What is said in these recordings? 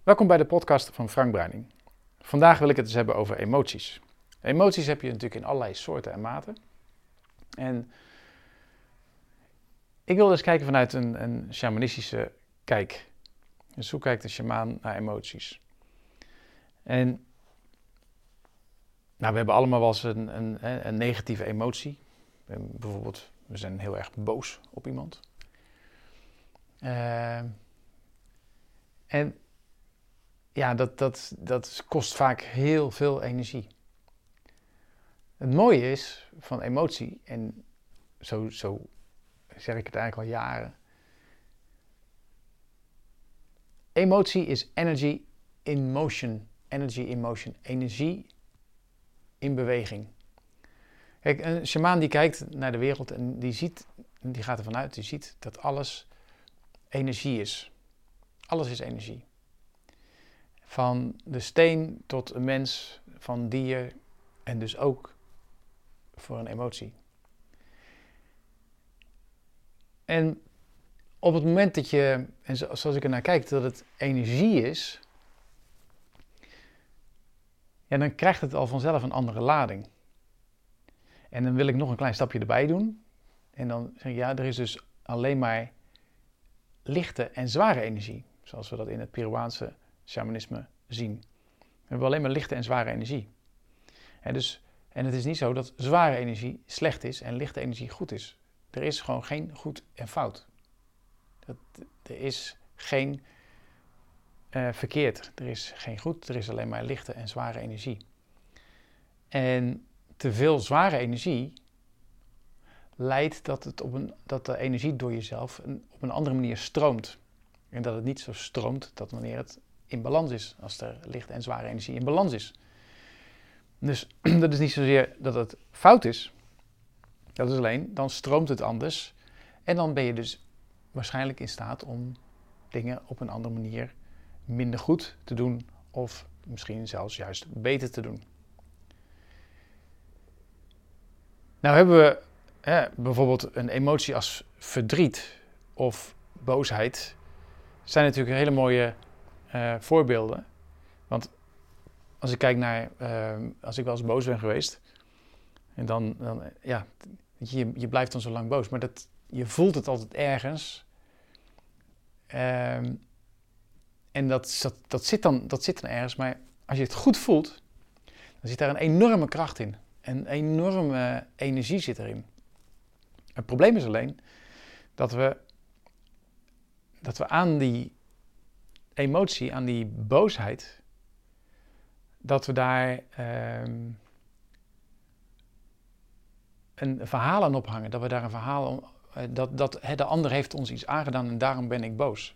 Welkom bij de podcast van Frank Bruining. Vandaag wil ik het eens hebben over emoties. Emoties heb je natuurlijk in allerlei soorten en maten. En ik wil eens kijken vanuit een shamanistische kijk. Dus hoe kijkt de shamaan naar emoties? En we hebben allemaal wel eens een negatieve emotie. Bijvoorbeeld, we zijn heel erg boos op iemand. En ja, dat kost vaak heel veel energie. Het mooie is van emotie, en zo zeg ik het eigenlijk al jaren. Emotie is energy in motion. Energy in motion. Energie in beweging. Kijk, een shamaan die kijkt naar de wereld en die gaat ervan uit, die ziet dat alles energie is. Alles is energie. Van de steen tot een mens, van dier en dus ook voor een emotie. En op het moment dat je, en zoals ik er naar kijk, dat het energie is, ja, dan krijgt het al vanzelf een andere lading. En dan wil ik nog een klein stapje erbij doen. En dan zeg ik, ja, er is dus alleen maar lichte en zware energie. Zoals we dat in het Peruaanse shamanisme zien. We hebben alleen maar lichte en zware energie. En het is niet zo dat zware energie slecht is en lichte energie goed is. Er is gewoon geen goed en fout. Er is geen verkeerd. Er is geen goed, er is alleen maar lichte en zware energie. En te veel zware energie leidt dat de energie door jezelf op een andere manier stroomt. En dat het niet zo stroomt dat wanneer het in balans is, als er lichte en zware energie in balans is. Dus dat is niet zozeer dat het fout is. Dat is alleen, dan stroomt het anders. En dan ben je dus waarschijnlijk in staat om dingen op een andere manier minder goed te doen. Of misschien zelfs juist beter te doen. Nou hebben we bijvoorbeeld een emotie als verdriet of boosheid. Zijn natuurlijk hele mooie voorbeelden. Want als ik kijk naar, als ik wel eens boos ben geweest. En dan ja, je blijft dan zo lang boos. Maar je voelt het altijd ergens. En dat zit dan ergens. Maar als je het goed voelt, dan zit daar een enorme kracht in. Een enorme energie zit erin. Het probleem is alleen dat we aan die emotie, aan die boosheid, dat we daar een verhaal aan ophangen. Dat we daar een verhaal dat de ander heeft ons iets aangedaan en daarom ben ik boos.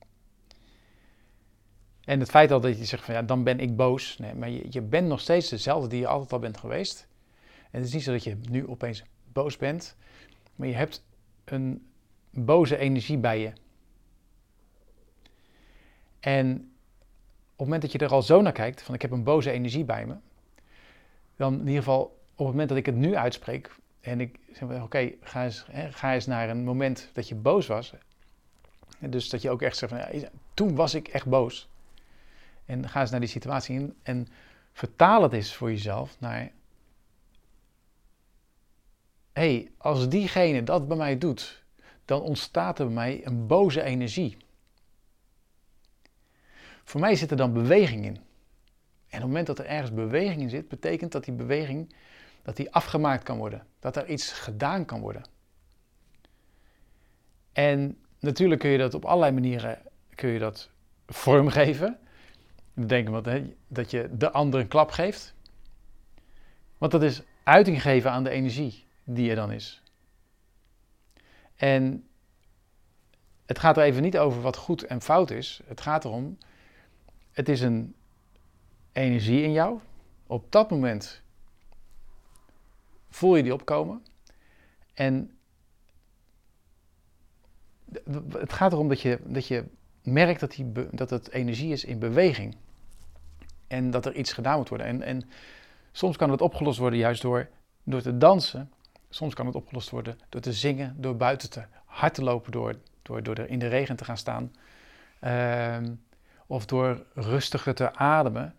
En het feit dat je zegt van ja, dan ben ik boos. Nee, maar je bent nog steeds dezelfde die je altijd al bent geweest. En het is niet zo dat je nu opeens boos bent. Maar je hebt een boze energie bij je. En op het moment dat je er al zo naar kijkt, van ik heb een boze energie bij me. Dan in ieder geval op het moment dat ik het nu uitspreek. En ik zeg oké, ga eens naar een moment dat je boos was. Dus dat je ook echt zegt van ja, toen was ik echt boos. En ga eens naar die situatie in en vertaal het eens voor jezelf naar als diegene dat bij mij doet, dan ontstaat er bij mij een boze energie. Voor mij zit er dan beweging in. En op het moment dat er ergens beweging in zit, betekent dat die beweging afgemaakt kan worden. Dat er iets gedaan kan worden. En natuurlijk kun je dat op allerlei manieren vormgeven. Dan denken we dat je de ander een klap geeft. Want dat is uiting geven aan de energie die er dan is. En het gaat er even niet over wat goed en fout is. Het gaat erom, het is een energie in jou. Op dat moment voel je die opkomen. En het gaat erom dat je merkt dat het energie is in beweging. En dat er iets gedaan moet worden. En soms kan het opgelost worden juist door te dansen. Soms kan het opgelost worden door te zingen, door buiten te hard te lopen, door er in de regen te gaan staan. of door rustiger te ademen,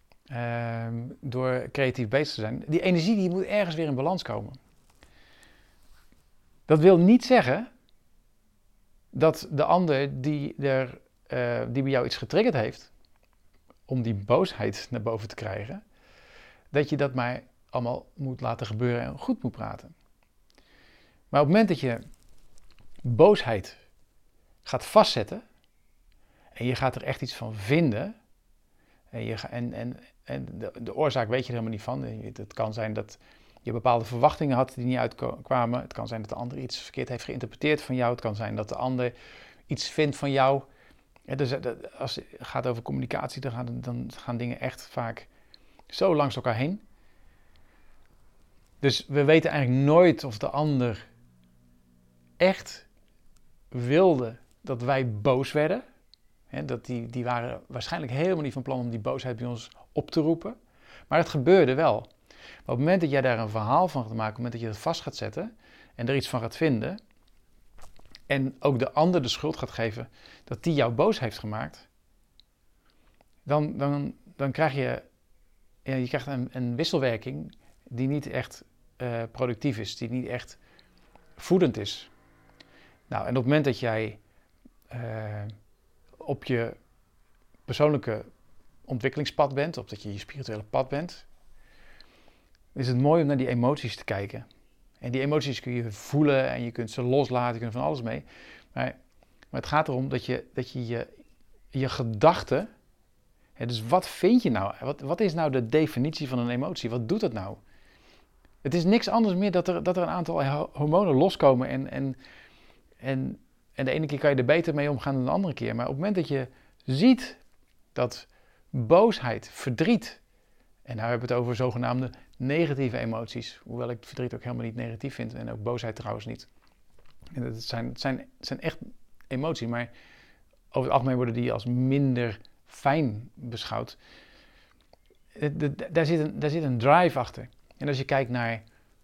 door creatief bezig te zijn. Die energie die moet ergens weer in balans komen. Dat wil niet zeggen dat de ander die bij jou iets getriggerd heeft, om die boosheid naar boven te krijgen, dat je dat maar allemaal moet laten gebeuren en goed moet praten. Maar op het moment dat je boosheid gaat vastzetten en je gaat er echt iets van vinden en de oorzaak weet je er helemaal niet van. Het kan zijn dat je bepaalde verwachtingen had die niet uitkwamen. Het kan zijn dat de ander iets verkeerd heeft geïnterpreteerd van jou. Het kan zijn dat de ander iets vindt van jou. Ja, dus als het gaat over communicatie, dan gaan dingen echt vaak zo langs elkaar heen. Dus we weten eigenlijk nooit of de ander echt wilde dat wij boos werden. Die waren waarschijnlijk helemaal niet van plan om die boosheid bij ons op te roepen. Maar het gebeurde wel. Maar op het moment dat jij daar een verhaal van gaat maken, op het moment dat je het vast gaat zetten en er iets van gaat vinden, en ook de ander de schuld gaat geven dat die jou boos heeft gemaakt, dan krijg je krijgt een wisselwerking die niet echt productief is, die niet echt voedend is. Nou, en op het moment dat jij op je persoonlijke ontwikkelingspad bent, of dat je je spirituele pad bent, is het mooi om naar die emoties te kijken. En die emoties kun je voelen en je kunt ze loslaten, je kunt van alles mee. Maar het gaat erom dat je gedachten, dus wat vind je nou? Wat is nou de definitie van een emotie? Wat doet het nou? Het is niks anders meer dat er een aantal hormonen loskomen en de ene keer kan je er beter mee omgaan dan de andere keer. Maar op het moment dat je ziet dat boosheid, verdriet, en nou hebben we het over zogenaamde negatieve emoties, hoewel ik verdriet ook helemaal niet negatief vind en ook boosheid trouwens niet. En het zijn echt emoties, maar over het algemeen worden die als minder fijn beschouwd. Daar zit een drive achter. En als je kijkt naar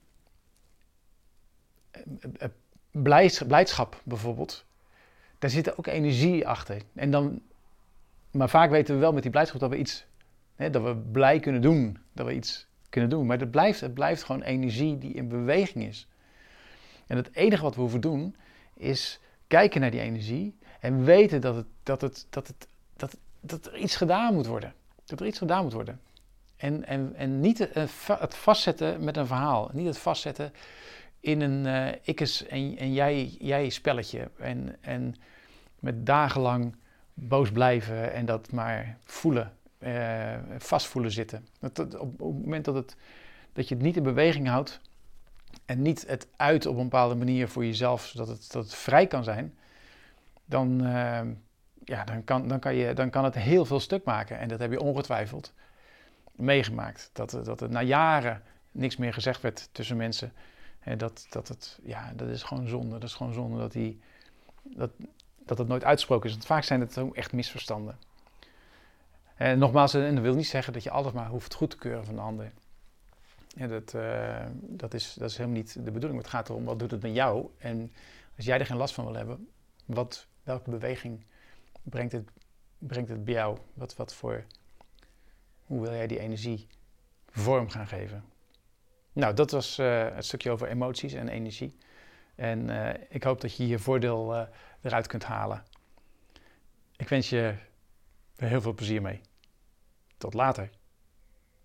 blijdschap bijvoorbeeld, daar zit ook energie achter. Maar vaak weten we wel met die blijdschap dat we blij kunnen doen, dat we iets kunnen doen. Maar het blijft gewoon energie die in beweging is. En het enige wat we hoeven doen is kijken naar die energie en weten dat er iets gedaan moet worden. Dat er iets gedaan moet worden. En niet het vastzetten met een verhaal. Niet het vastzetten in een ikkes en jij spelletje. En met dagenlang boos blijven en dat maar voelen. Vastvoelen zitten. Op het moment dat je het niet in beweging houdt en niet het uit op een bepaalde manier voor jezelf, zodat het vrij kan zijn, dan kan het heel veel stuk maken. En dat heb je ongetwijfeld meegemaakt. Dat er na jaren niks meer gezegd werd tussen mensen. Dat is gewoon zonde. Dat is gewoon zonde dat het nooit uitgesproken is. Want vaak zijn het ook echt misverstanden. En nogmaals, en dat wil niet zeggen dat je alles maar hoeft goed te keuren van de ander. Ja, dat is helemaal niet de bedoeling. Het gaat erom, wat doet het met jou? En als jij er geen last van wil hebben, welke beweging brengt het bij jou? Hoe wil jij die energie vorm gaan geven? Nou, dat was het stukje over emoties en energie. En ik hoop dat je hier voordeel eruit kunt halen. Ik wens je heel veel plezier mee. Tot later.